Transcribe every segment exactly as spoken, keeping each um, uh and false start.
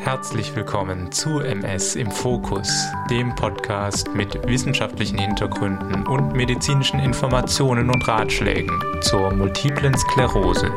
Herzlich willkommen zu M S im Fokus, dem Podcast mit wissenschaftlichen Hintergründen und medizinischen Informationen und Ratschlägen zur multiplen Sklerose.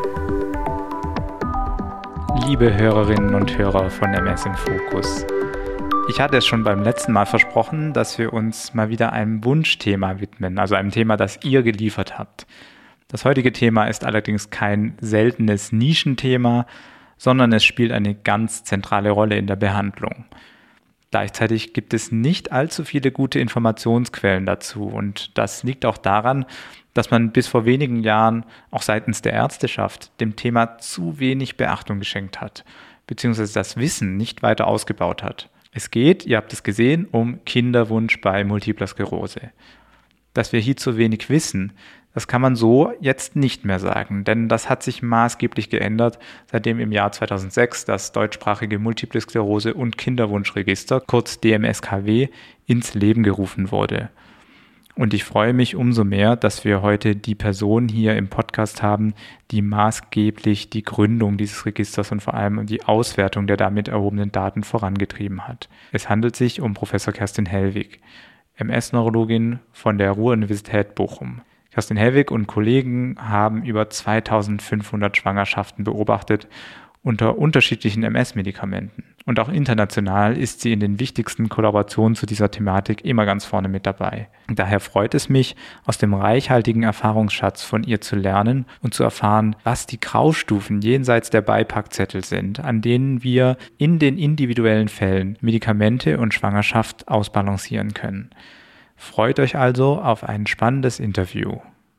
Liebe Hörerinnen und Hörer von M S im Fokus, ich hatte es schon beim letzten Mal versprochen, dass wir uns mal wieder einem Wunschthema widmen, also einem Thema, das ihr geliefert habt. Das heutige Thema ist allerdings kein seltenes Nischenthema, sondern es spielt eine ganz zentrale Rolle in der Behandlung. Gleichzeitig gibt es nicht allzu viele gute Informationsquellen dazu und das liegt auch daran, dass man bis vor wenigen Jahren auch seitens der Ärzteschaft dem Thema zu wenig Beachtung geschenkt hat, beziehungsweise das Wissen nicht weiter ausgebaut hat. Es geht, ihr habt es gesehen, um Kinderwunsch bei multipler Sklerose. Dass wir hier zu wenig wissen, das kann man so jetzt nicht mehr sagen, denn das hat sich maßgeblich geändert, seitdem im Jahr zweitausendsechs das deutschsprachige Multiple Sklerose- und Kinderwunschregister, kurz D M S K W, ins Leben gerufen wurde. Und ich freue mich umso mehr, dass wir heute die Person hier im Podcast haben, die maßgeblich die Gründung dieses Registers und vor allem die Auswertung der damit erhobenen Daten vorangetrieben hat. Es handelt sich um Professor Kerstin Hellwig, M S-Neurologin von der Ruhr-Universität Bochum. Kerstin Hellwig und Kollegen haben über zweitausendfünfhundert Schwangerschaften beobachtet unter unterschiedlichen M S-Medikamenten. Und auch international ist sie in den wichtigsten Kollaborationen zu dieser Thematik immer ganz vorne mit dabei. Daher freut es mich, aus dem reichhaltigen Erfahrungsschatz von ihr zu lernen und zu erfahren, was die Graustufen jenseits der Beipackzettel sind, an denen wir in den individuellen Fällen Medikamente und Schwangerschaft ausbalancieren können. Freut euch also auf ein spannendes Interview.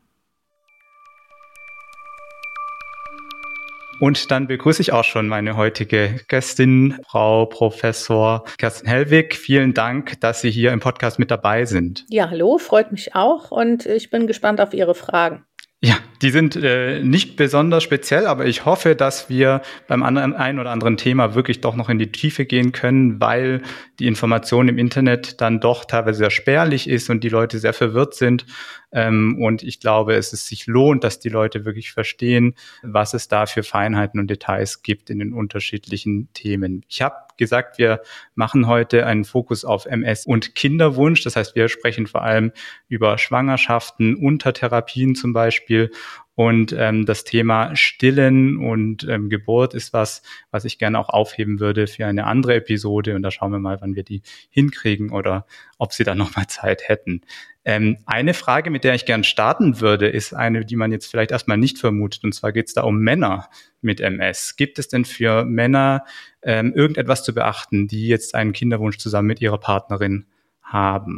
Und dann begrüße ich auch schon meine heutige Gästin, Frau Professor Kerstin Hellwig. Vielen Dank, dass Sie hier im Podcast mit dabei sind. Ja, hallo, freut mich auch und ich bin gespannt auf Ihre Fragen. Ja, die sind äh, nicht besonders speziell, aber ich hoffe, dass wir beim anderen, ein oder anderen Thema wirklich doch noch in die Tiefe gehen können, weil die Information im Internet dann doch teilweise sehr spärlich ist und die Leute sehr verwirrt sind. Ähm, und ich glaube, es ist sich lohnt, dass die Leute wirklich verstehen, was es da für Feinheiten und Details gibt in den unterschiedlichen Themen. Ich habe gesagt, wir machen heute einen Fokus auf M S und Kinderwunsch. Das heißt, wir sprechen vor allem über Schwangerschaften, Untertherapien zum Beispiel. Und ähm, das Thema Stillen und ähm, Geburt ist was, was ich gerne auch aufheben würde für eine andere Episode. Und da schauen wir mal, wann wir die hinkriegen oder ob Sie dann nochmal Zeit hätten. Ähm, eine Frage, mit der ich gern starten würde, ist eine, die man jetzt vielleicht erstmal nicht vermutet. Und zwar geht es da um Männer mit M S. Gibt es denn für Männer ähm, irgendetwas zu beachten, die jetzt einen Kinderwunsch zusammen mit ihrer Partnerin haben?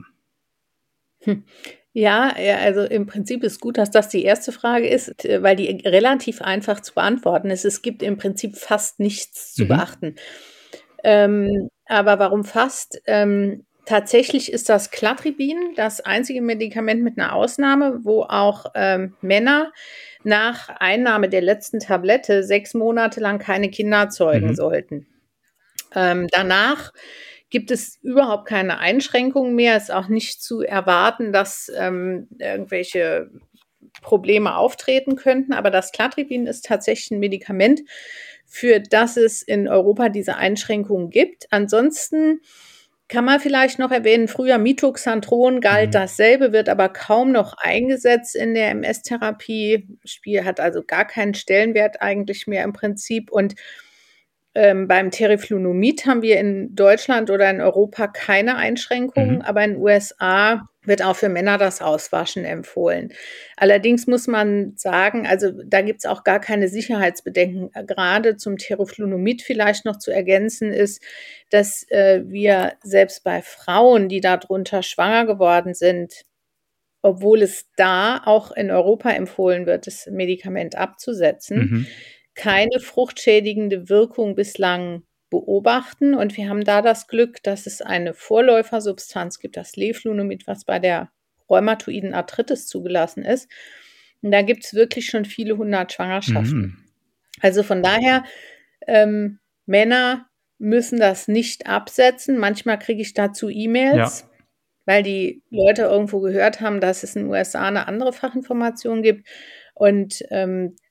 Hm. Ja, also im Prinzip ist gut, dass das die erste Frage ist, weil die relativ einfach zu beantworten ist. Es gibt im Prinzip fast nichts zu mhm. beachten. Ähm, aber warum fast? Ähm, tatsächlich ist das Cladribin das einzige Medikament mit einer Ausnahme, wo auch ähm, Männer nach Einnahme der letzten Tablette sechs Monate lang keine Kinder zeugen mhm. sollten. Ähm, danach gibt es überhaupt keine Einschränkungen mehr. Es ist auch nicht zu erwarten, dass ähm, irgendwelche Probleme auftreten könnten. Aber das Cladribin ist tatsächlich ein Medikament, für das es in Europa diese Einschränkungen gibt. Ansonsten kann man vielleicht noch erwähnen, früher Mitoxantron galt mhm. dasselbe, wird aber kaum noch eingesetzt in der M S-Therapie. Spiel hat also gar keinen Stellenwert eigentlich mehr im Prinzip. Und Ähm, beim Teriflunomid haben wir in Deutschland oder in Europa keine Einschränkungen, mhm. aber in den U S A wird auch für Männer das Auswaschen empfohlen. Allerdings muss man sagen, also da gibt es auch gar keine Sicherheitsbedenken. Gerade zum Teriflunomid vielleicht noch zu ergänzen ist, dass äh, wir selbst bei Frauen, die darunter schwanger geworden sind, obwohl es da auch in Europa empfohlen wird, das Medikament abzusetzen, mhm. keine fruchtschädigende Wirkung bislang beobachten. Und wir haben da das Glück, dass es eine Vorläufersubstanz gibt, das Leflunomid, was bei der rheumatoiden Arthritis zugelassen ist. Und da gibt es wirklich schon viele hundert Schwangerschaften. Mhm. Also von daher, ähm, Männer müssen das nicht absetzen. Manchmal kriege ich dazu E-Mails, ja. weil die Leute irgendwo gehört haben, dass es in den U S A eine andere Fachinformation gibt. Und ähm,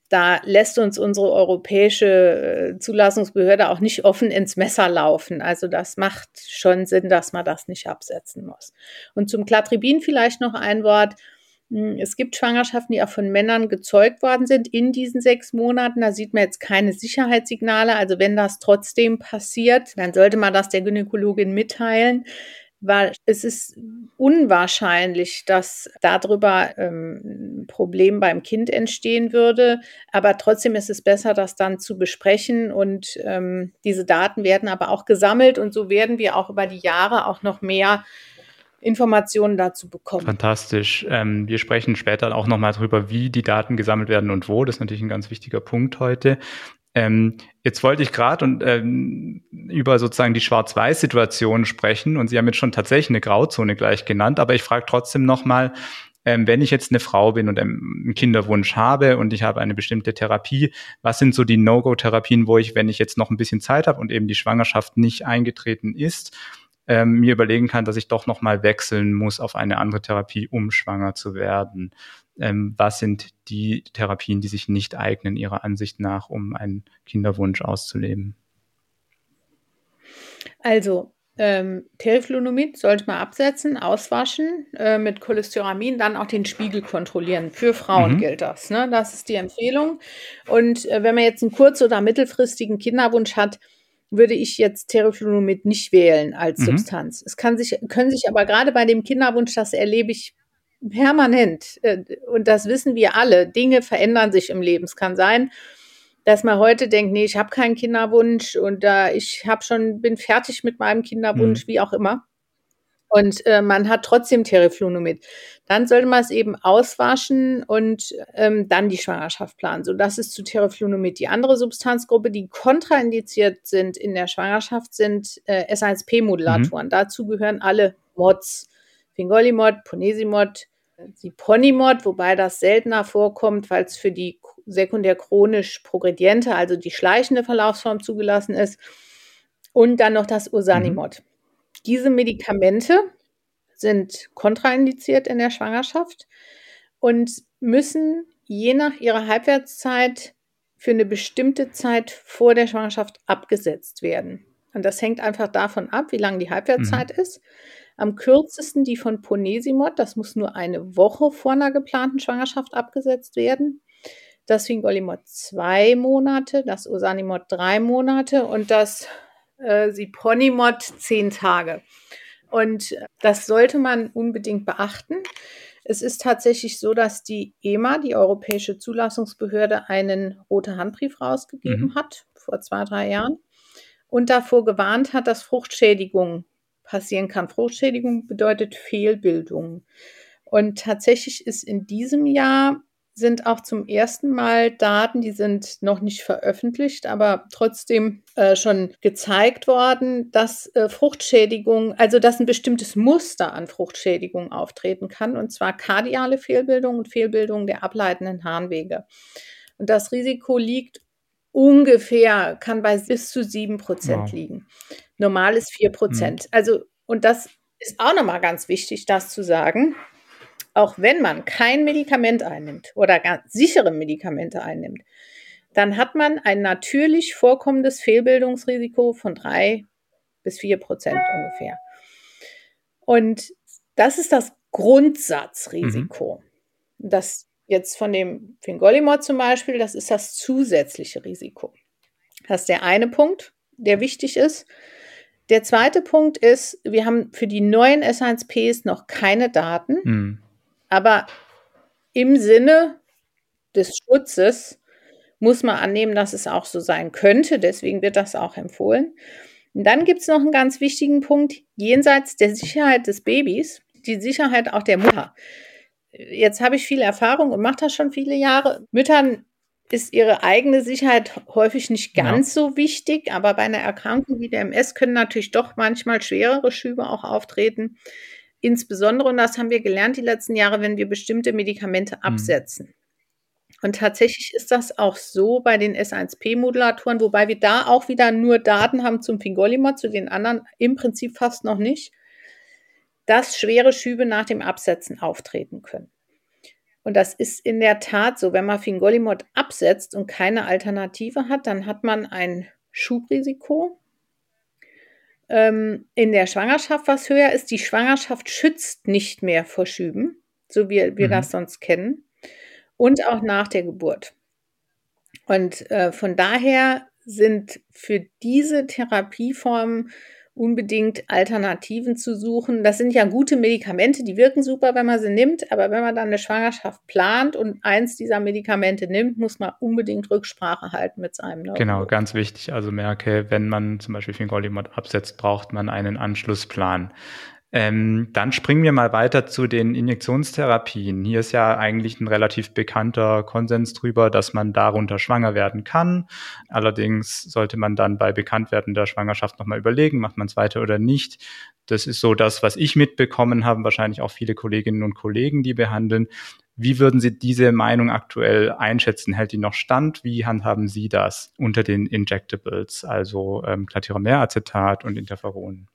da lässt uns unsere europäische Zulassungsbehörde auch nicht offen ins Messer laufen. Also das macht schon Sinn, dass man das nicht absetzen muss. Und zum Cladribin vielleicht noch ein Wort. Es gibt Schwangerschaften, die auch von Männern gezeugt worden sind in diesen sechs Monaten. Da sieht man jetzt keine Sicherheitssignale. Also wenn das trotzdem passiert, dann sollte man das der Gynäkologin mitteilen, weil es ist unwahrscheinlich, dass darüber ähm, ein Problem beim Kind entstehen würde. Aber trotzdem ist es besser, das dann zu besprechen. Und ähm, diese Daten werden aber auch gesammelt. Und so werden wir auch über die Jahre auch noch mehr Informationen dazu bekommen. Fantastisch. Ähm, wir sprechen später auch nochmal darüber, wie die Daten gesammelt werden und wo. Das ist natürlich ein ganz wichtiger Punkt heute. Ähm, jetzt wollte ich gerade und ähm, über sozusagen die Schwarz-Weiß-Situation sprechen und Sie haben jetzt schon tatsächlich eine Grauzone gleich genannt, aber ich frage trotzdem nochmal, ähm, wenn ich jetzt eine Frau bin und einen Kinderwunsch habe und ich habe eine bestimmte Therapie, was sind so die No-Go-Therapien, wo ich, wenn ich jetzt noch ein bisschen Zeit habe und eben die Schwangerschaft nicht eingetreten ist, ähm, mir überlegen kann, dass ich doch nochmal wechseln muss auf eine andere Therapie, um schwanger zu werden. Ähm, was sind die Therapien, die sich nicht eignen, Ihrer Ansicht nach, um einen Kinderwunsch auszuleben? Also, ähm, Teriflunomid sollte man absetzen, auswaschen, äh, mit Cholesteramin, dann auch den Spiegel kontrollieren. Für Frauen Mhm. gilt das, ne? Das ist die Empfehlung. Und äh, wenn man jetzt einen kurz- oder mittelfristigen Kinderwunsch hat, würde ich jetzt Teriflunomid nicht wählen als Mhm. Substanz. Es kann sich, können sich aber gerade bei dem Kinderwunsch, das erlebe ich permanent, äh, und das wissen wir alle, Dinge verändern sich im Leben. Es kann sein, dass man heute denkt, nee, ich habe keinen Kinderwunsch und äh, ich habe schon, bin fertig mit meinem Kinderwunsch, Mhm. wie auch immer. Und äh, man hat trotzdem Teriflunomid. Dann sollte man es eben auswaschen und ähm, dann die Schwangerschaft planen. So, das ist zu Teriflunomid. Die andere Substanzgruppe, die kontraindiziert sind in der Schwangerschaft, sind äh, S eins P-Modulatoren. Mhm. Dazu gehören alle Mods. Fingolimod, Ponesimod, Siponimod, wobei das seltener vorkommt, weil es für die sekundär chronisch progrediente, also die schleichende Verlaufsform zugelassen ist. Und dann noch das Ursanimod. Mhm. Diese Medikamente sind kontraindiziert in der Schwangerschaft und müssen je nach ihrer Halbwertszeit für eine bestimmte Zeit vor der Schwangerschaft abgesetzt werden. Und das hängt einfach davon ab, wie lang die Halbwertszeit Mhm. ist. Am kürzesten die von Ponesimod, das muss nur eine Woche vor einer geplanten Schwangerschaft abgesetzt werden. Das Fingolimod zwei Monate, das Ursanimod drei Monate und das äh, Siponimod zehn Tage. Und das sollte man unbedingt beachten. Es ist tatsächlich so, dass die E M A, die Europäische Zulassungsbehörde, einen roten Handbrief rausgegeben Mhm. hat, vor zwei, drei Jahren, und davor gewarnt hat, dass Fruchtschädigung passieren kann. Fruchtschädigung bedeutet Fehlbildung. Und tatsächlich ist in diesem Jahr sind auch zum ersten Mal Daten, die sind noch nicht veröffentlicht, aber trotzdem äh, schon gezeigt worden, dass äh, Fruchtschädigung, also dass ein bestimmtes Muster an Fruchtschädigung auftreten kann, und zwar kardiale Fehlbildung und Fehlbildung der ableitenden Harnwege. Und das Risiko liegt ungefähr, kann bei bis zu sieben Prozent Wow. liegen. Normal ist vier Prozent. Mhm. Also, und das ist auch nochmal ganz wichtig, das zu sagen. Auch wenn man kein Medikament einnimmt oder ganz sichere Medikamente einnimmt, dann hat man ein natürlich vorkommendes Fehlbildungsrisiko von drei bis vier Prozent ungefähr. Und das ist das Grundsatzrisiko. Mhm. Das jetzt von dem Fingolimod zum Beispiel, das ist das zusätzliche Risiko. Das ist der eine Punkt, der wichtig ist. Der zweite Punkt ist, wir haben für die neuen S eins Ps noch keine Daten, Mhm. aber im Sinne des Schutzes muss man annehmen, dass es auch so sein könnte. Deswegen wird das auch empfohlen. Und dann gibt es noch einen ganz wichtigen Punkt, jenseits der Sicherheit des Babys, die Sicherheit auch der Mutter. Jetzt habe ich viel Erfahrung und mache das schon viele Jahre. Müttern ist ihre eigene Sicherheit häufig nicht ganz Ja. so wichtig, aber bei einer Erkrankung wie der M S können natürlich doch manchmal schwerere Schübe auch auftreten. Insbesondere, und das haben wir gelernt die letzten Jahre, wenn wir bestimmte Medikamente absetzen. Mhm. Und tatsächlich ist das auch so bei den S eins P-Modulatoren, wobei wir da auch wieder nur Daten haben zum Fingolimod, zu den anderen im Prinzip fast noch nicht, dass schwere Schübe nach dem Absetzen auftreten können. Und das ist in der Tat so, wenn man Fingolimod absetzt und keine Alternative hat, dann hat man ein Schubrisiko ähm, in der Schwangerschaft, was höher ist. Die Schwangerschaft schützt nicht mehr vor Schüben, so wie wir Mhm. das sonst kennen, und auch nach der Geburt. Und äh, von daher sind für diese Therapieformen unbedingt Alternativen zu suchen. Das sind ja gute Medikamente, die wirken super, wenn man sie nimmt, aber wenn man dann eine Schwangerschaft plant und eins dieser Medikamente nimmt, muss man unbedingt Rücksprache halten mit seinem Genau, Neurologen. ganz wichtig. Also merke, wenn man zum Beispiel Fingolimod absetzt, braucht man einen Anschlussplan. Ähm, dann springen wir mal weiter zu den Injektionstherapien. Hier ist ja eigentlich ein relativ bekannter Konsens drüber, dass man darunter schwanger werden kann. Allerdings sollte man dann bei Bekanntwerden der Schwangerschaft nochmal überlegen, macht man es weiter oder nicht. Das ist so das, was ich mitbekommen habe, wahrscheinlich auch viele Kolleginnen und Kollegen, die behandeln. Wie würden Sie diese Meinung aktuell einschätzen? Hält die noch stand? Wie handhaben Sie das unter den Injectables, also ähm, Clatiramer-Acetat und Interferon?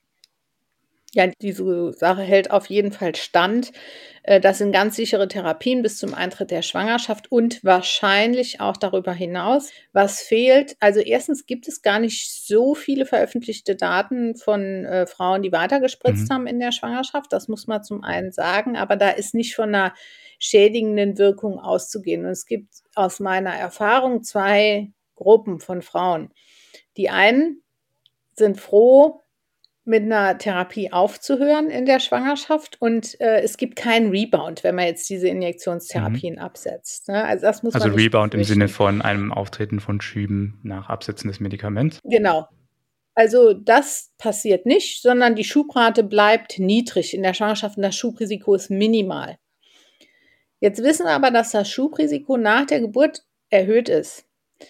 Ja, diese Sache hält auf jeden Fall stand. Äh, Das sind ganz sichere Therapien bis zum Eintritt der Schwangerschaft und wahrscheinlich auch darüber hinaus. Was fehlt? Also erstens gibt es gar nicht so viele veröffentlichte Daten von äh, Frauen, die weitergespritzt Mhm. haben in der Schwangerschaft. Das muss man zum einen sagen, aber da ist nicht von einer schädigenden Wirkung auszugehen. Und es gibt aus meiner Erfahrung zwei Gruppen von Frauen. Die einen sind froh, mit einer Therapie aufzuhören in der Schwangerschaft und äh, es gibt keinen Rebound, wenn man jetzt diese Injektionstherapien Mhm. absetzt. Ne? Also das muss Also man nicht Rebound im Sinne befürchten. von einem Auftreten von Schüben nach Absetzen des Medikaments. Genau. Also das passiert nicht, sondern die Schubrate bleibt niedrig in der Schwangerschaft und das Schubrisiko ist minimal. Jetzt wissen wir aber, dass das Schubrisiko nach der Geburt erhöht ist.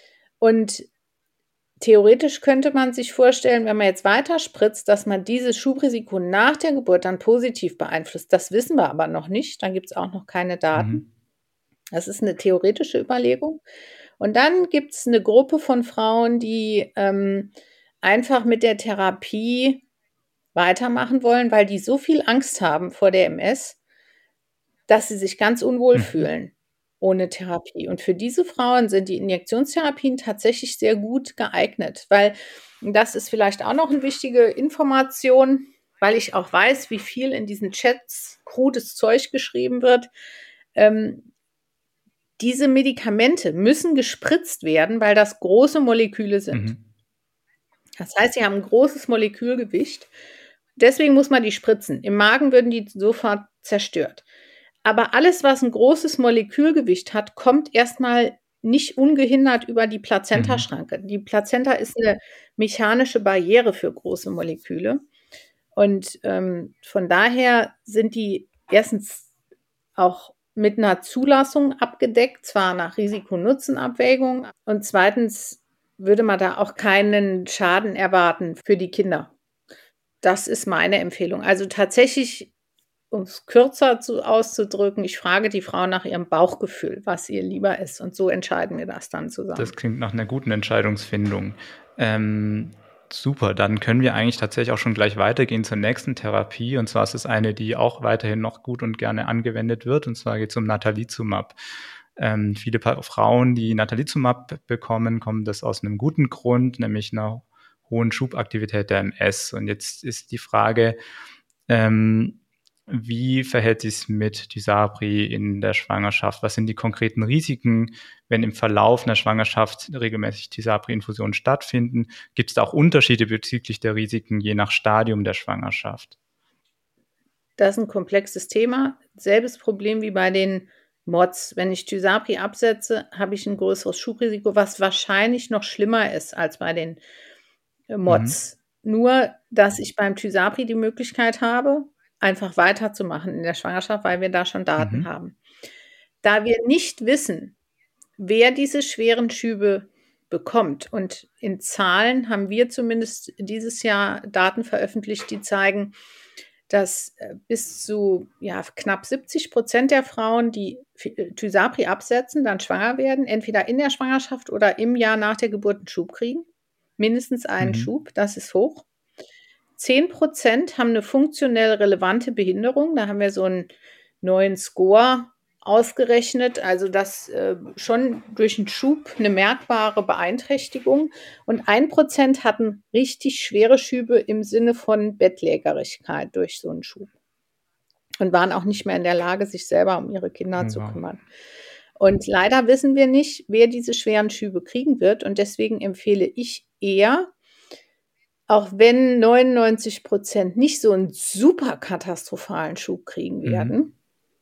Und theoretisch könnte man sich vorstellen, wenn man jetzt weiter spritzt, dass man dieses Schubrisiko nach der Geburt dann positiv beeinflusst. Das wissen wir aber noch nicht. Dann gibt es auch noch keine Daten. Mhm. Das ist eine theoretische Überlegung. Und dann gibt es eine Gruppe von Frauen, die ähm, einfach mit der Therapie weitermachen wollen, weil die so viel Angst haben vor der M S, dass sie sich ganz unwohl Mhm. fühlen ohne Therapie. Und für diese Frauen sind die Injektionstherapien tatsächlich sehr gut geeignet, weil das ist vielleicht auch noch eine wichtige Information, weil ich auch weiß, wie viel in diesen Chats krudes Zeug geschrieben wird. Ähm, diese Medikamente müssen gespritzt werden, weil das große Moleküle sind. Mhm. Das heißt, sie haben ein großes Molekülgewicht. Deswegen muss man die spritzen. Im Magen würden die sofort zerstört. Aber alles, was ein großes Molekülgewicht hat, kommt erstmal nicht ungehindert über die Mhm. Plazentaschranke. Die Plazenta ist eine mechanische Barriere für große Moleküle. Und ähm, von daher sind die erstens auch mit einer Zulassung abgedeckt, zwar nach Risiko-Nutzen-Abwägung. Und zweitens würde man da auch keinen Schaden erwarten für die Kinder. Das ist meine Empfehlung. Also tatsächlich, um es kürzer zu, auszudrücken, ich frage die Frau nach ihrem Bauchgefühl, was ihr lieber ist. Und so entscheiden wir das dann zusammen. Das klingt nach einer guten Entscheidungsfindung. Ähm, super, dann können wir eigentlich tatsächlich auch schon gleich weitergehen zur nächsten Therapie. Und zwar ist es eine, die auch weiterhin noch gut und gerne angewendet wird. Und zwar geht es um Natalizumab. Ähm, viele pa- Frauen, die Natalizumab bekommen, kommen das aus einem guten Grund, nämlich einer hohen Schubaktivität der M S. Und jetzt ist die Frage, ähm, wie verhält sich es mit Tysabri in der Schwangerschaft? Was sind die konkreten Risiken, wenn im Verlauf einer Schwangerschaft regelmäßig Tysabri-Infusionen stattfinden? Gibt es da auch Unterschiede bezüglich der Risiken je nach Stadium der Schwangerschaft? Das ist ein komplexes Thema. Selbes Problem wie bei den Mods. Wenn ich Tysabri absetze, habe ich ein größeres Schubrisiko, was wahrscheinlich noch schlimmer ist als bei den äh, Mhm. Mods. Nur, dass ich beim Tysabri die Möglichkeit habe, einfach weiterzumachen in der Schwangerschaft, weil wir da schon Daten Mhm. haben. Da wir nicht wissen, wer diese schweren Schübe bekommt, und in Zahlen haben wir zumindest dieses Jahr Daten veröffentlicht, die zeigen, dass äh, bis zu ja, knapp siebzig Prozent der Frauen, die äh, Tysabri absetzen, dann schwanger werden, entweder in der Schwangerschaft oder im Jahr nach der Geburt einen Schub kriegen. Mindestens einen Mhm. Schub, das ist hoch. zehn Prozent haben eine funktionell relevante Behinderung. Da haben wir so einen neuen Score, ausgerechnet, also das äh, schon durch einen Schub eine merkbare Beeinträchtigung. Und ein Prozent hatten richtig schwere Schübe im Sinne von Bettlägerigkeit durch so einen Schub und waren auch nicht mehr in der Lage, sich selber um ihre Kinder zu Wow. kümmern. Und leider wissen wir nicht, wer diese schweren Schübe kriegen wird. Und deswegen empfehle ich eher, auch wenn neunundneunzig Prozent nicht so einen super katastrophalen Schub kriegen werden, Mhm.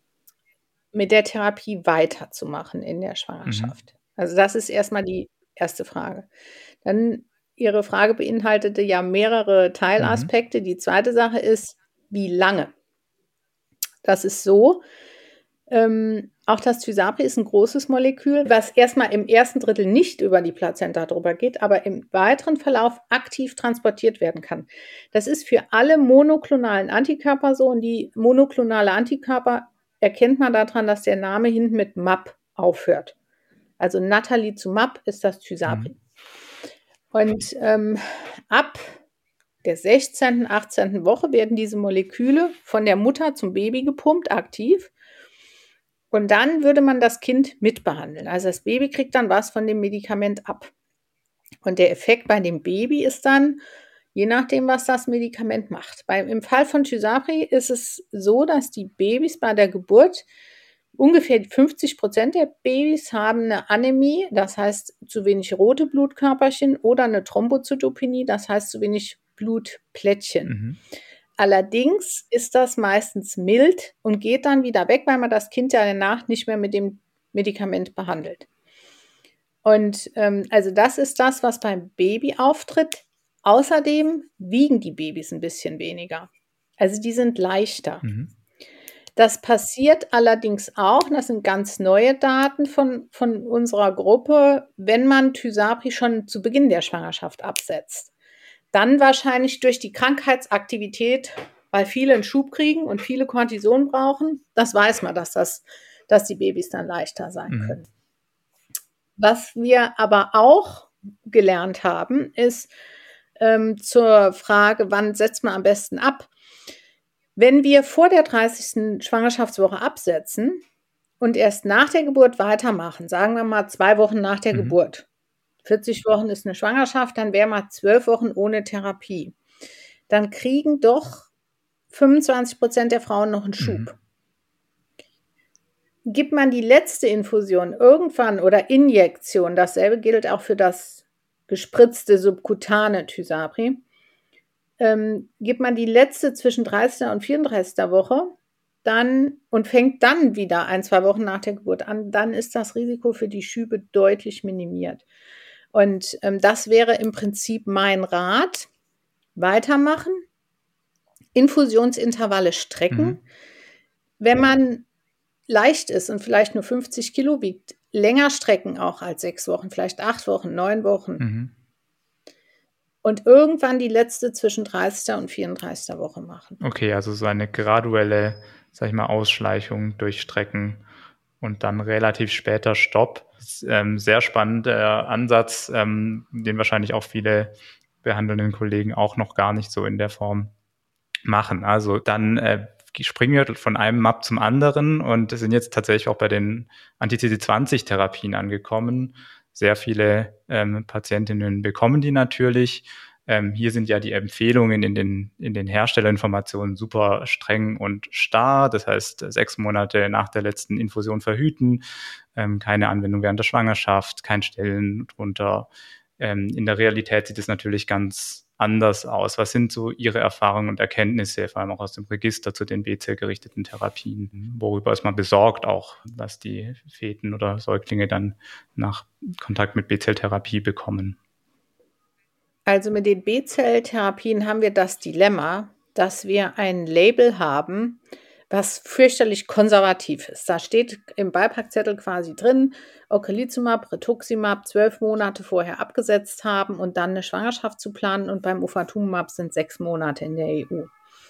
mit der Therapie weiterzumachen in der Mhm. Schwangerschaft. Also das ist erstmal die erste Frage. Dann Ihre Frage beinhaltete ja mehrere Mhm. Teilaspekte. Die zweite Sache ist, wie lange? Das ist so, ähm, auch das Tysabri ist ein großes Molekül, was erstmal im ersten Drittel nicht über die Plazenta drüber geht, aber im weiteren Verlauf aktiv transportiert werden kann. Das ist für alle monoklonalen Antikörper so, und die monoklonale Antikörper erkennt man daran, dass der Name hinten mit Map aufhört. Also Natalizumab ist das Tysabri. Mhm. Und ähm, ab der sechzehnten, achtzehnten Woche werden diese Moleküle von der Mutter zum Baby gepumpt, aktiv. Und dann würde man das Kind mitbehandeln. Also das Baby kriegt dann was von dem Medikament ab. Und der Effekt bei dem Baby ist dann, je nachdem, was das Medikament macht. Beim, Im Fall von Tysabri ist es so, dass die Babys bei der Geburt, ungefähr fünfzig Prozent der Babys haben eine Anämie, das heißt zu wenig rote Blutkörperchen, oder eine Thrombozytopenie, das heißt zu wenig Blutplättchen. Mhm. Allerdings ist das meistens mild und geht dann wieder weg, weil man das Kind ja danach nicht mehr mit dem Medikament behandelt. Und ähm, also das ist das, was beim Baby auftritt. Außerdem wiegen die Babys ein bisschen weniger. Also die sind leichter. Mhm. Das passiert allerdings auch, und das sind ganz neue Daten von, von unserer Gruppe, wenn man Tysabri schon zu Beginn der Schwangerschaft absetzt. Dann wahrscheinlich durch die Krankheitsaktivität, weil viele einen Schub kriegen und viele Cortison brauchen. Das weiß man, dass, das, dass die Babys dann leichter sein Mhm. können. Was wir aber auch gelernt haben, ist ähm, zur Frage, wann setzt man am besten ab? Wenn wir vor der dreißigsten Schwangerschaftswoche absetzen und erst nach der Geburt weitermachen, sagen wir mal zwei Wochen nach der Mhm. Geburt, vierzig Wochen ist eine Schwangerschaft, dann wäre mal zwölf Wochen ohne Therapie. Dann kriegen doch fünfundzwanzig Prozent der Frauen noch einen Schub. Mhm. Gibt man die letzte Infusion irgendwann oder Injektion, dasselbe gilt auch für das gespritzte subkutane Tysabri, ähm, gibt man die letzte zwischen dreißigster und vierunddreißigster Woche dann und fängt dann wieder ein, zwei Wochen nach der Geburt an, dann ist das Risiko für die Schübe deutlich minimiert. Und ähm, das wäre im Prinzip mein Rat. Weitermachen, Infusionsintervalle strecken. Mhm. Wenn man leicht ist und vielleicht nur fünfzig Kilo wiegt, länger strecken auch als sechs Wochen, vielleicht acht Wochen, neun Wochen. Mhm. Und irgendwann die letzte zwischen dreißigster und vierunddreißigster Woche machen. Okay, also so eine graduelle, sag ich mal, Ausschleichung durchstrecken und dann relativ später Stopp. Das ist, ähm, sehr spannender Ansatz, ähm, den wahrscheinlich auch viele behandelnden Kollegen auch noch gar nicht so in der Form machen. Also dann äh, springen wir von einem Map zum anderen und sind jetzt tatsächlich auch bei den Anti-C D zwanzig Therapien angekommen. Sehr viele ähm, Patientinnen bekommen die natürlich. Ähm, hier sind ja die Empfehlungen in den, in den Herstellerinformationen super streng und starr. Das heißt, sechs Monate nach der letzten Infusion verhüten, ähm, keine Anwendung während der Schwangerschaft, kein Stillen drunter. Ähm, in der Realität sieht es natürlich ganz anders aus. Was sind so Ihre Erfahrungen und Erkenntnisse, vor allem auch aus dem Register zu den B-Zell-gerichteten Therapien? Worüber ist man besorgt, auch was die Feten oder Säuglinge dann nach Kontakt mit B-Zell-Therapie bekommen? Also mit den B-Zell-Therapien haben wir das Dilemma, dass wir ein Label haben, was fürchterlich konservativ ist. Da steht im Beipackzettel quasi drin, Ocrelizumab, Rituximab zwölf Monate vorher abgesetzt haben und dann eine Schwangerschaft zu planen, und beim Ofatumumab sind sechs Monate in der E U.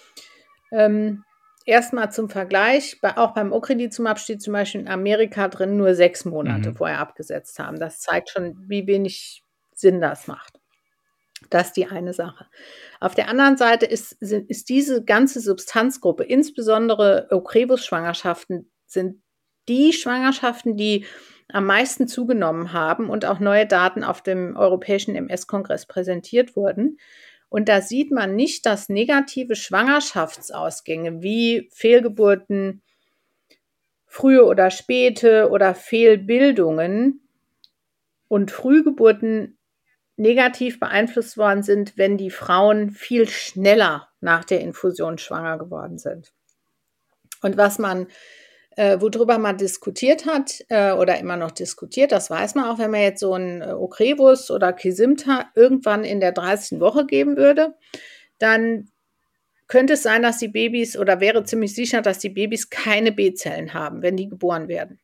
Ähm, Erstmal zum Vergleich, bei, auch beim Ocrelizumab steht zum Beispiel in Amerika drin, nur sechs Monate Mhm. vorher abgesetzt haben. Das zeigt schon, wie wenig Sinn das macht. Das ist die eine Sache. Auf der anderen Seite ist, ist diese ganze Substanzgruppe, insbesondere Ocrevus-Schwangerschaften, sind die Schwangerschaften, die am meisten zugenommen haben und auch neue Daten auf dem Europäischen M S-Kongress präsentiert wurden. Und da sieht man nicht, dass negative Schwangerschaftsausgänge wie Fehlgeburten, frühe oder späte oder Fehlbildungen und Frühgeburten negativ beeinflusst worden sind, wenn die Frauen viel schneller nach der Infusion schwanger geworden sind. Und was man, äh, worüber man diskutiert hat äh, oder immer noch diskutiert, das weiß man auch, wenn man jetzt so ein äh, Ocrevus oder Kesimpta irgendwann in der dreißigsten Woche geben würde, dann könnte es sein, dass die Babys, oder wäre ziemlich sicher, dass die Babys keine B-Zellen haben, wenn die geboren werden.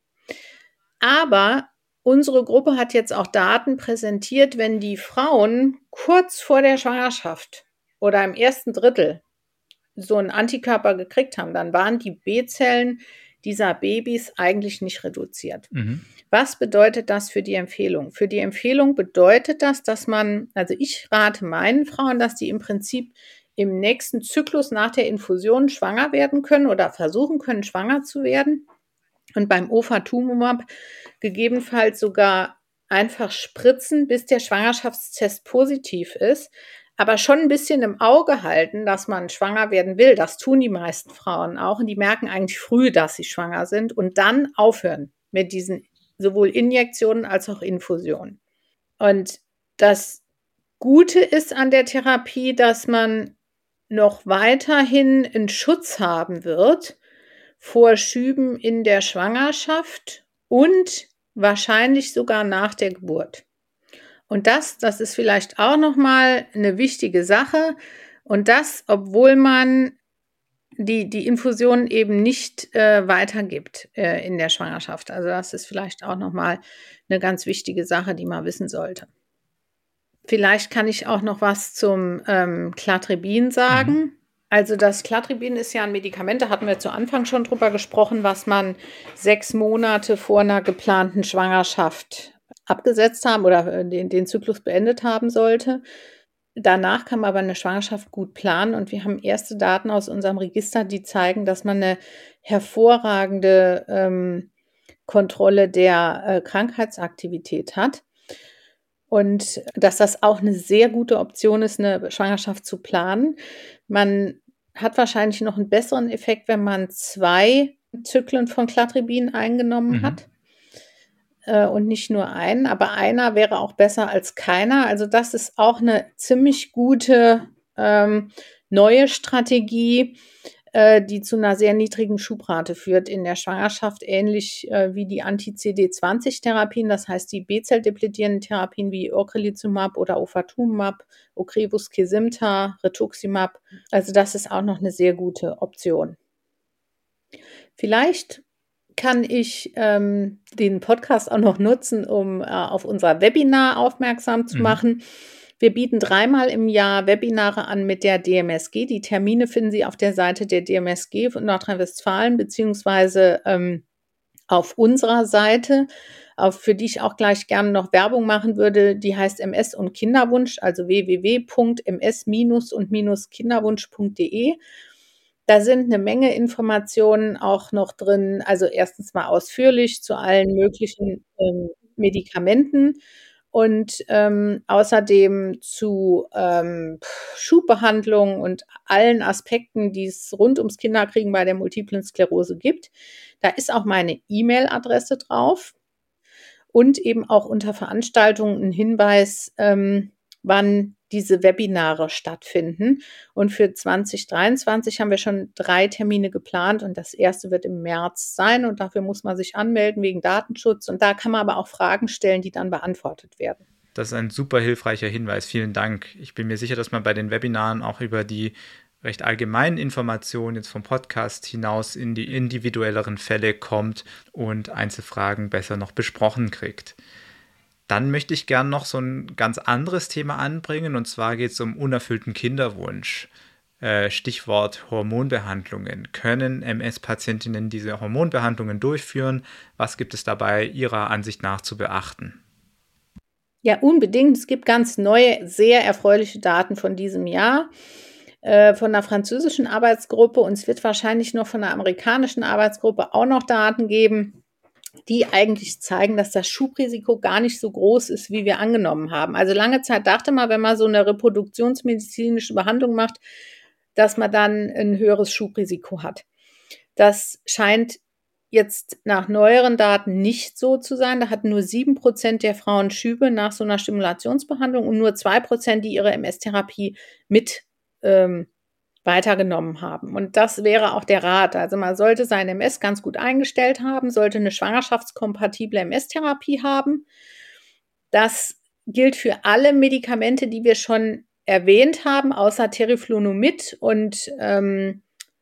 Aber unsere Gruppe hat jetzt auch Daten präsentiert, wenn die Frauen kurz vor der Schwangerschaft oder im ersten Drittel so einen Antikörper gekriegt haben, dann waren die B-Zellen dieser Babys eigentlich nicht reduziert. Mhm. Was bedeutet das für die Empfehlung? Für die Empfehlung bedeutet das, dass man, also ich rate meinen Frauen, dass die im Prinzip im nächsten Zyklus nach der Infusion schwanger werden können oder versuchen können, schwanger zu werden. Und beim Ofatumumab gegebenenfalls sogar einfach spritzen, bis der Schwangerschaftstest positiv ist, aber schon ein bisschen im Auge halten, dass man schwanger werden will. Das tun die meisten Frauen auch und die merken eigentlich früh, dass sie schwanger sind und dann aufhören mit diesen sowohl Injektionen als auch Infusionen. Und das Gute ist an der Therapie, dass man noch weiterhin einen Schutz haben wird vor Schüben in der Schwangerschaft und wahrscheinlich sogar nach der Geburt. Und das, das ist vielleicht auch nochmal eine wichtige Sache. Und das, obwohl man die, die Infusion eben nicht äh, weitergibt äh, in der Schwangerschaft. Also das ist vielleicht auch nochmal eine ganz wichtige Sache, die man wissen sollte. Vielleicht kann ich auch noch was zum ähm, Cladribin sagen. Mhm. Also das Cladribin ist ja ein Medikament, da hatten wir zu Anfang schon drüber gesprochen, was man sechs Monate vor einer geplanten Schwangerschaft abgesetzt haben oder den, den Zyklus beendet haben sollte. Danach kann man aber eine Schwangerschaft gut planen und wir haben erste Daten aus unserem Register, die zeigen, dass man eine hervorragende ähm, Kontrolle der äh, Krankheitsaktivität hat. Und dass das auch eine sehr gute Option ist, eine Schwangerschaft zu planen. Man hat wahrscheinlich noch einen besseren Effekt, wenn man zwei Zyklen von Cladribin eingenommen mhm. hat äh, und nicht nur einen. Aber einer wäre auch besser als keiner. Also das ist auch eine ziemlich gute ähm, neue Strategie, die zu einer sehr niedrigen Schubrate führt in der Schwangerschaft, ähnlich äh, wie die Anti-C D zwanzig Therapien, das heißt die B-Zell-depletierenden Therapien wie Ocrelizumab oder Ofatumumab, Ocrevus, Kesimpta, Rituximab. Also das ist auch noch eine sehr gute Option. Vielleicht kann ich ähm, den Podcast auch noch nutzen, um äh, auf unser Webinar aufmerksam zu mhm. machen. Wir bieten dreimal im Jahr Webinare an mit der D M S G. Die Termine finden Sie auf der Seite der D M S G von Nordrhein-Westfalen beziehungsweise ähm, auf unserer Seite, auf, für die ich auch gleich gerne noch Werbung machen würde. Die heißt M S und Kinderwunsch, also w w w punkt m s und kinderwunsch punkt d e. Da sind eine Menge Informationen auch noch drin. Also erstens mal ausführlich zu allen möglichen ähm, Medikamenten. Und ähm, außerdem zu ähm, Schubbehandlung und allen Aspekten, die es rund ums Kinderkriegen bei der Multiplen Sklerose gibt. Da ist auch meine E-Mail-Adresse drauf und eben auch unter Veranstaltungen ein Hinweis, ähm, wann diese Webinare stattfinden. Und für zwanzig dreiundzwanzig haben wir schon drei Termine geplant und das erste wird im März sein und dafür muss man sich anmelden wegen Datenschutz und da kann man aber auch Fragen stellen, die dann beantwortet werden. Das ist ein super hilfreicher Hinweis. Vielen Dank. Ich bin mir sicher, dass man bei den Webinaren auch über die recht allgemeinen Informationen jetzt vom Podcast hinaus in die individuelleren Fälle kommt und Einzelfragen besser noch besprochen kriegt. Dann möchte ich gern noch so ein ganz anderes Thema anbringen, und zwar geht es um unerfüllten Kinderwunsch. Äh, Stichwort Hormonbehandlungen. Können M S-Patientinnen diese Hormonbehandlungen durchführen? Was gibt es dabei Ihrer Ansicht nach zu beachten? Ja, unbedingt. Es gibt ganz neue, sehr erfreuliche Daten von diesem Jahr äh, von der französischen Arbeitsgruppe und es wird wahrscheinlich noch von der amerikanischen Arbeitsgruppe auch noch Daten geben. die eigentlich zeigen, dass das Schubrisiko gar nicht so groß ist, wie wir angenommen haben. Also lange Zeit dachte man, wenn man so eine reproduktionsmedizinische Behandlung macht, dass man dann ein höheres Schubrisiko hat. Das scheint jetzt nach neueren Daten nicht so zu sein. Da hatten nur sieben Prozent der Frauen Schübe nach so einer Stimulationsbehandlung und nur zwei Prozent, die ihre M S-Therapie mit ähm, weitergenommen haben. Und das wäre auch der Rat. Also man sollte sein M S ganz gut eingestellt haben, sollte eine schwangerschaftskompatible M S-Therapie haben. Das gilt für alle Medikamente, die wir schon erwähnt haben, außer Teriflunomid und ähm,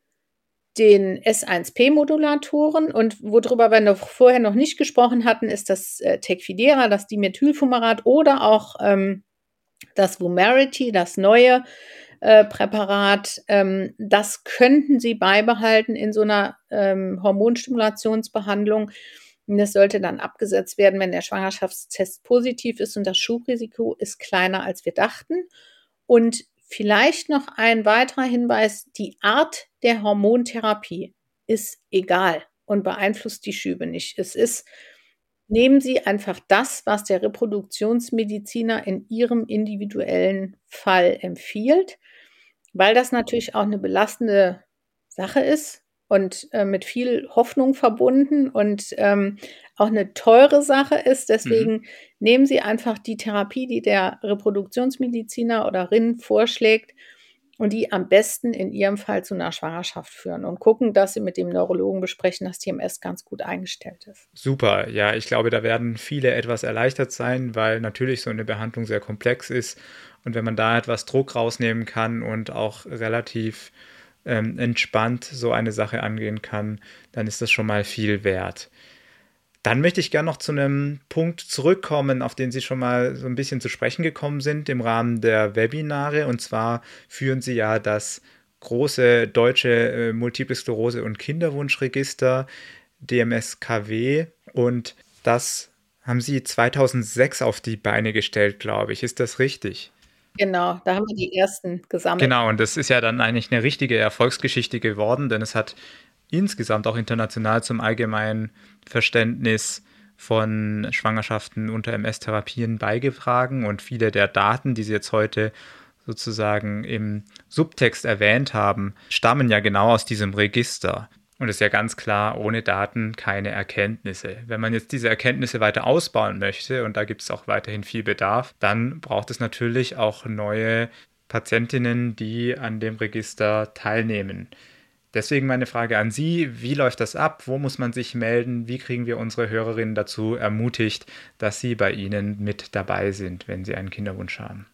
den S eins P-Modulatoren. Und worüber wir noch vorher noch nicht gesprochen hatten, ist das äh, Tecfidera, das Dimethylfumarat oder auch ähm, das Vumerity, das neue äh, Präparat. Ähm, das könnten Sie beibehalten in so einer ähm, Hormonstimulationsbehandlung. Und das sollte dann abgesetzt werden, wenn der Schwangerschaftstest positiv ist und das Schubrisiko ist kleiner, als wir dachten. Und vielleicht noch ein weiterer Hinweis, die Art der Hormontherapie ist egal und beeinflusst die Schübe nicht. Es ist, nehmen Sie einfach das, was der Reproduktionsmediziner in Ihrem individuellen Fall empfiehlt, weil das natürlich auch eine belastende Sache ist und äh, mit viel Hoffnung verbunden und ähm, auch eine teure Sache ist. Deswegen mhm. nehmen Sie einfach die Therapie, die der Reproduktionsmediziner oder Rin vorschlägt und die am besten in Ihrem Fall zu einer Schwangerschaft führen und gucken, dass Sie mit dem Neurologen besprechen, dass die M S ganz gut eingestellt ist. Super, ja, ich glaube, da werden viele etwas erleichtert sein, weil natürlich so eine Behandlung sehr komplex ist und wenn man da etwas Druck rausnehmen kann und auch relativ ähm, entspannt so eine Sache angehen kann, dann ist das schon mal viel wert. Dann möchte ich gerne noch zu einem Punkt zurückkommen, auf den Sie schon mal so ein bisschen zu sprechen gekommen sind im Rahmen der Webinare. Und zwar führen Sie ja das große deutsche äh, Multiple Sklerose- und Kinderwunschregister, D M S K W. Und das haben Sie zweitausendsechs auf die Beine gestellt, glaube ich. Ist das richtig? Genau, da haben wir die ersten gesammelt. Genau, und das ist ja dann eigentlich eine richtige Erfolgsgeschichte geworden, denn es hat insgesamt auch international zum allgemeinen Verständnis von Schwangerschaften unter M S-Therapien beigetragen und viele der Daten, die Sie jetzt heute sozusagen im Subtext erwähnt haben, stammen ja genau aus diesem Register. Und es ist ja ganz klar, ohne Daten keine Erkenntnisse. Wenn man jetzt diese Erkenntnisse weiter ausbauen möchte, und da gibt es auch weiterhin viel Bedarf, dann braucht es natürlich auch neue Patientinnen, die an dem Register teilnehmen. Deswegen meine Frage an Sie, wie läuft das ab? Wo muss man sich melden? Wie kriegen wir unsere Hörerinnen dazu ermutigt, dass sie bei Ihnen mit dabei sind, wenn sie einen Kinderwunsch haben?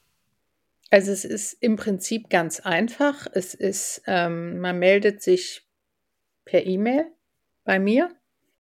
Also es ist im Prinzip ganz einfach. Es ist, ähm, man meldet sich per E-Mail bei mir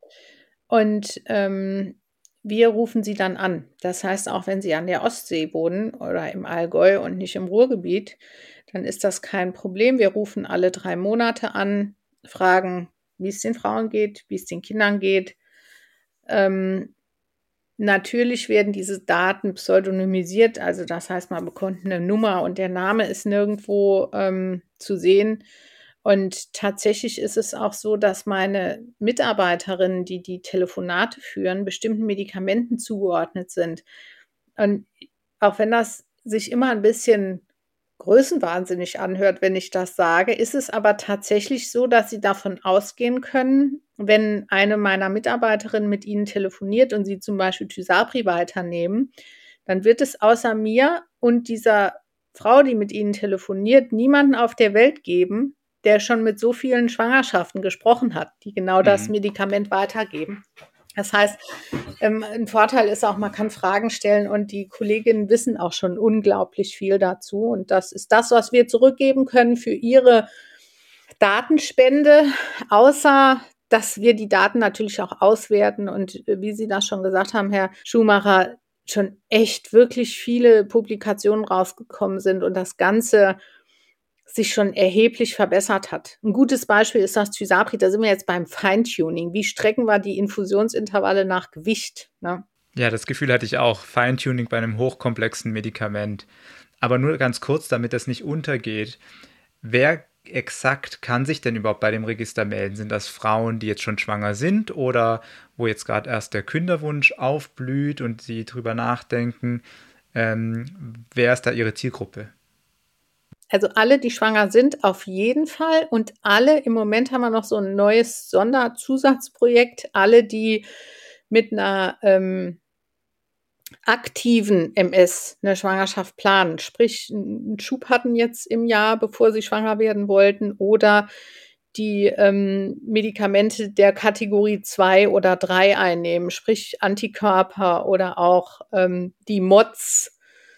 und ähm, wir rufen Sie dann an. Das heißt, auch wenn Sie an der Ostsee wohnen oder im Allgäu und nicht im Ruhrgebiet, dann ist das kein Problem. Wir rufen alle drei Monate an, fragen, wie es den Frauen geht, wie es den Kindern geht. Ähm, natürlich werden diese Daten pseudonymisiert, also das heißt, man bekommt eine Nummer und der Name ist nirgendwo ähm, zu sehen. Und tatsächlich ist es auch so, dass meine Mitarbeiterinnen, die die Telefonate führen, bestimmten Medikamenten zugeordnet sind. Und auch wenn das sich immer ein bisschen größenwahnsinnig anhört, wenn ich das sage, ist es aber tatsächlich so, dass Sie davon ausgehen können, wenn eine meiner Mitarbeiterinnen mit Ihnen telefoniert und Sie zum Beispiel Tysabri weiternehmen, dann wird es außer mir und dieser Frau, die mit Ihnen telefoniert, niemanden auf der Welt geben, der schon mit so vielen Schwangerschaften gesprochen hat, die genau das mhm. Medikament weitergeben. Das heißt, ähm, ein Vorteil ist auch, man kann Fragen stellen und die Kolleginnen wissen auch schon unglaublich viel dazu. Und das ist das, was wir zurückgeben können für ihre Datenspende, außer dass wir die Daten natürlich auch auswerten und äh, wie Sie das schon gesagt haben, Herr Schumacher, schon echt wirklich viele Publikationen rausgekommen sind und das Ganze sich schon erheblich verbessert hat. Ein gutes Beispiel ist das Tysabri, da sind wir jetzt beim Feintuning. Wie strecken wir die Infusionsintervalle nach Gewicht? Ne? Ja, das Gefühl hatte ich auch. Feintuning bei einem hochkomplexen Medikament. Aber nur ganz kurz, damit das nicht untergeht. Wer exakt kann sich denn überhaupt bei dem Register melden? Sind das Frauen, die jetzt schon schwanger sind oder wo jetzt gerade erst der Kinderwunsch aufblüht und sie drüber nachdenken? Ähm, wer ist da ihre Zielgruppe? Also alle, die schwanger sind, auf jeden Fall. Und alle, im Moment haben wir noch so ein neues Sonderzusatzprojekt, alle, die mit einer ähm, aktiven M S eine Schwangerschaft planen, sprich einen Schub hatten jetzt im Jahr, bevor sie schwanger werden wollten, oder die ähm, Medikamente der Kategorie zwei oder drei einnehmen, sprich Antikörper oder auch ähm, die M O Ds.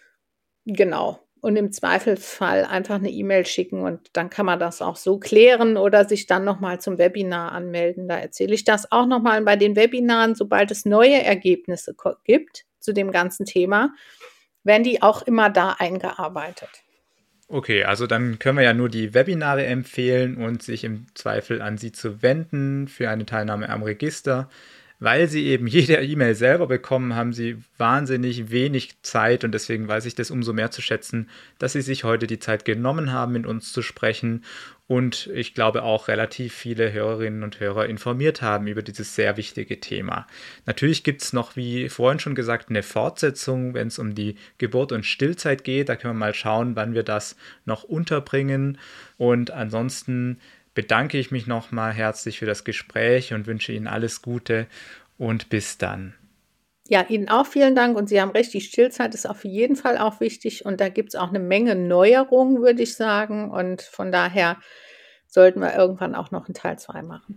Genau. Und im Zweifelsfall einfach eine E-Mail schicken und dann kann man das auch so klären oder sich dann nochmal zum Webinar anmelden. Da erzähle ich das auch nochmal bei den Webinaren, sobald es neue Ergebnisse gibt zu dem ganzen Thema, werden die auch immer da eingearbeitet. Okay, also dann können wir ja nur die Webinare empfehlen und sich im Zweifel an Sie zu wenden für eine Teilnahme am Register. Weil Sie eben jede E-Mail selber bekommen, haben Sie wahnsinnig wenig Zeit und deswegen weiß ich das umso mehr zu schätzen, dass Sie sich heute die Zeit genommen haben, mit uns zu sprechen und ich glaube auch relativ viele Hörerinnen und Hörer informiert haben über dieses sehr wichtige Thema. Natürlich gibt es noch, wie vorhin schon gesagt, eine Fortsetzung, wenn es um die Geburt und Stillzeit geht. Da können wir mal schauen, wann wir das noch unterbringen und ansonsten bedanke ich mich nochmal herzlich für das Gespräch und wünsche Ihnen alles Gute und bis dann. Ja, Ihnen auch vielen Dank und Sie haben recht, die Stillzeit ist auf jeden Fall auch wichtig und da gibt es auch eine Menge Neuerungen, würde ich sagen, und von daher sollten wir irgendwann auch noch einen Teil zwei machen.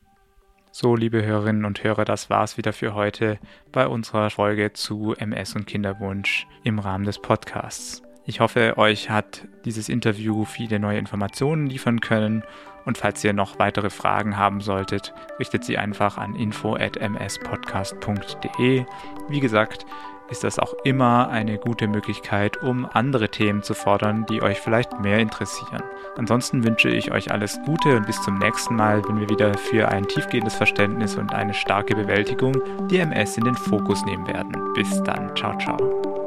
So, liebe Hörerinnen und Hörer, das war's wieder für heute bei unserer Folge zu M S und Kinderwunsch im Rahmen des Podcasts. Ich hoffe, euch hat dieses Interview viele neue Informationen liefern können und falls ihr noch weitere Fragen haben solltet, richtet sie einfach an info at m s podcast punkt d e. Wie gesagt, ist das auch immer eine gute Möglichkeit, um andere Themen zu fordern, die euch vielleicht mehr interessieren. Ansonsten wünsche ich euch alles Gute und bis zum nächsten Mal, wenn wir wieder für ein tiefgehendes Verständnis und eine starke Bewältigung die M S in den Fokus nehmen werden. Bis dann, ciao, ciao.